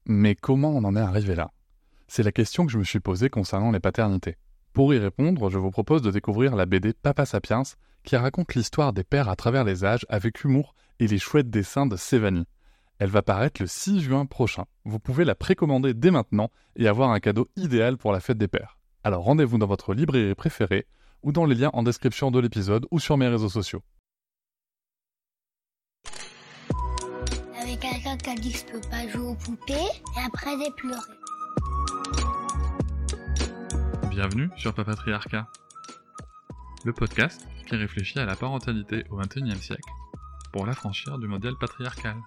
Mais comment on en est arrivé là ? C'est la question que je me suis posée concernant les paternités. Pour y répondre, je vous propose de découvrir la BD Papa Sapiens, qui raconte l'histoire des pères à travers les âges avec humour et les chouettes dessins de Sévanie. Elle va paraître le 6 juin prochain. Vous pouvez la précommander dès maintenant et avoir un cadeau idéal pour la fête des pères. Alors rendez-vous dans votre librairie préférée ou dans les liens en description de l'épisode ou sur mes réseaux sociaux. Avec quelqu'un qui a dit que je peux pas jouer aux poupées et après j'ai pleuré. Bienvenue sur Papatriarcat, le podcast qui réfléchit à la parentalité au XXIe siècle pour l'affranchir du modèle patriarcal.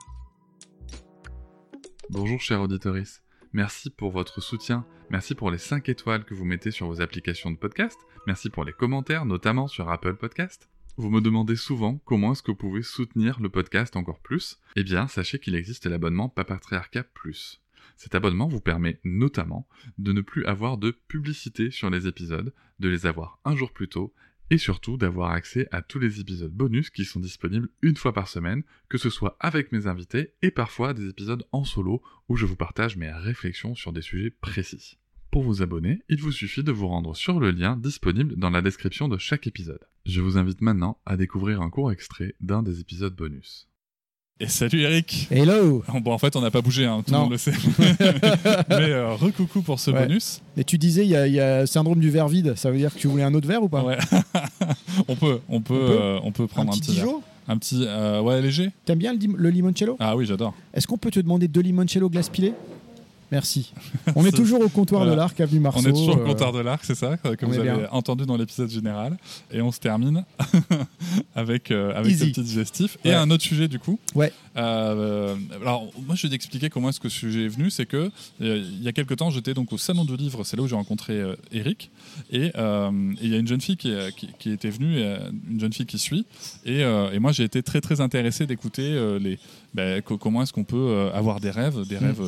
Bonjour chers auditeurs, merci pour votre soutien, merci pour les 5 étoiles que vous mettez sur vos applications de podcast, merci pour les commentaires, notamment sur Apple Podcast. Vous me demandez souvent comment est-ce que vous pouvez soutenir le podcast encore plus. Eh bien, sachez qu'il existe l'abonnement Papatriarcat Plus. Cet abonnement vous permet notamment de ne plus avoir de publicité sur les épisodes, de les avoir un jour plus tôt, et surtout d'avoir accès à tous les épisodes bonus qui sont disponibles une fois par semaine, que ce soit avec mes invités et parfois des épisodes en solo où je vous partage mes réflexions sur des sujets précis. Pour vous abonner, il vous suffit de vous rendre sur le lien disponible dans la description de chaque épisode. Je vous invite maintenant à découvrir un court extrait d'un des épisodes bonus. Et salut Eric. Hello. Bon, en fait, on n'a pas bougé, tout le monde le sait. Mais recoucou pour ce bonus. Et tu disais, il y a syndrome du verre vide. Ça veut dire que tu voulais un autre verre ou pas ? Ouais. on peut prendre un petit Dijon verre. Un petit, léger. T'aimes bien le limoncello ? Ah oui, j'adore. Est-ce qu'on peut te demander 2 limoncello glace pilée ? Merci. On est toujours au comptoir de l'Arc, avenue Marceau. On est toujours au comptoir de l'Arc, c'est ça, comme vous avez entendu dans l'épisode général. Et on se termine avec ce petit digestif. Ouais. Et un autre sujet, du coup. Ouais. Alors, moi, je vais t'expliquer comment est-ce que ce sujet est venu. C'est que, il y a quelques temps, j'étais donc au Salon du Livre. C'est là où j'ai rencontré Eric. Et il y a une jeune fille qui était venue, une jeune fille qui suit. Et moi, j'ai été très, très intéressé d'écouter comment est-ce qu'on peut avoir des rêves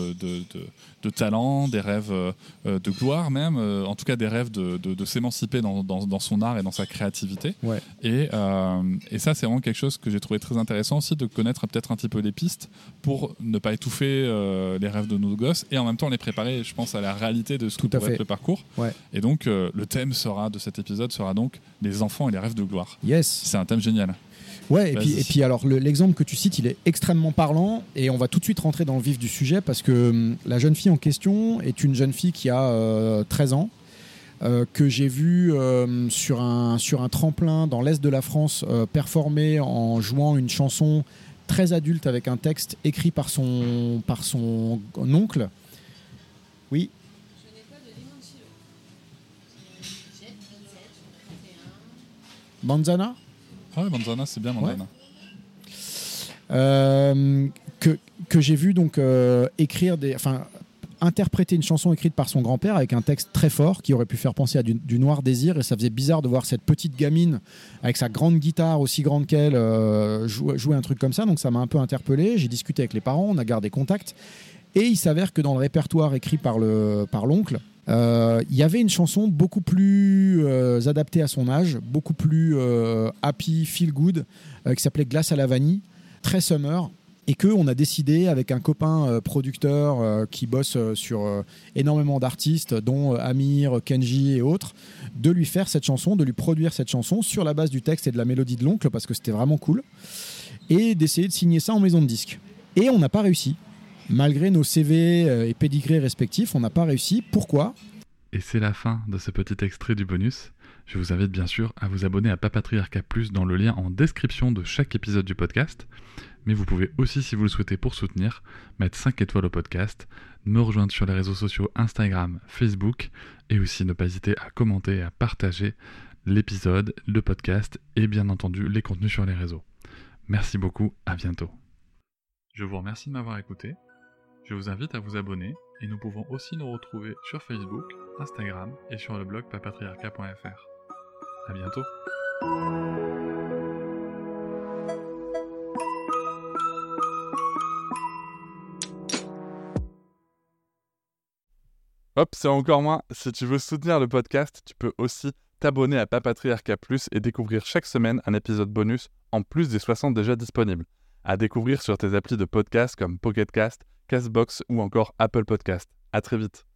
de talent, des rêves de gloire même, en tout cas des rêves de s'émanciper dans son art et dans sa créativité. Ouais. Et ça, c'est vraiment quelque chose que j'ai trouvé très intéressant aussi, de connaître peut-être un petit peu les pistes pour ne pas étouffer les rêves de nos gosses et en même temps les préparer, je pense, à la réalité de ce que pourrait être le parcours. Ouais. Et donc, le thème de cet épisode sera donc les enfants et les rêves de gloire. Yes. C'est un thème génial. Ouais, et puis alors l'exemple que tu cites, il est extrêmement parlant et on va tout de suite rentrer dans le vif du sujet parce que la jeune fille en question est une jeune fille qui a 13 ans, que j'ai vue sur un tremplin dans l'est de la France performer en jouant une chanson très adulte avec un texte écrit par son oncle. Oui. Je n'ai pas de limoncello. J'ai 27, 31. Banzana ? Ah ouais, Manzana, c'est bien Manzana. Ouais. Que j'ai vu donc interpréter une chanson écrite par son grand-père avec un texte très fort qui aurait pu faire penser à du Noir Désir, et ça faisait bizarre de voir cette petite gamine avec sa grande guitare aussi grande qu'elle jouer un truc comme ça, donc ça m'a un peu interpellé. J'ai discuté avec les parents, on a gardé contact et il s'avère que dans le répertoire écrit par l'oncle, il y avait une chanson beaucoup plus adaptée à son âge, beaucoup plus happy, feel good, qui s'appelait Glace à la vanille, très summer, et qu'on a décidé avec un copain producteur qui bosse sur énormément d'artistes, dont Amir, Kenji et autres, de lui faire cette chanson, de lui produire cette chanson sur la base du texte et de la mélodie de l'oncle, parce que c'était vraiment cool, et d'essayer de signer ça en maison de disque. Et on n'a pas réussi. Malgré nos CV et pédigrés respectifs, on n'a pas réussi. Pourquoi ? Et c'est la fin de ce petit extrait du bonus. Je vous invite bien sûr à vous abonner à Papatriarcat Plus dans le lien en description de chaque épisode du podcast. Mais vous pouvez aussi, si vous le souhaitez pour soutenir, mettre 5 étoiles au podcast, me rejoindre sur les réseaux sociaux Instagram, Facebook, et aussi ne pas hésiter à commenter et à partager l'épisode, le podcast et bien entendu les contenus sur les réseaux. Merci beaucoup, à bientôt. Je vous remercie de m'avoir écouté. Je vous invite à vous abonner et nous pouvons aussi nous retrouver sur Facebook, Instagram et sur le blog papatriarcat.fr. À bientôt. Hop, c'est encore moins. Si tu veux soutenir le podcast, tu peux aussi t'abonner à Papatriarcat Plus et découvrir chaque semaine un épisode bonus en plus des 60 déjà disponibles. À découvrir sur tes applis de podcast comme Pocket Cast, Castbox ou encore Apple Podcast. À très vite.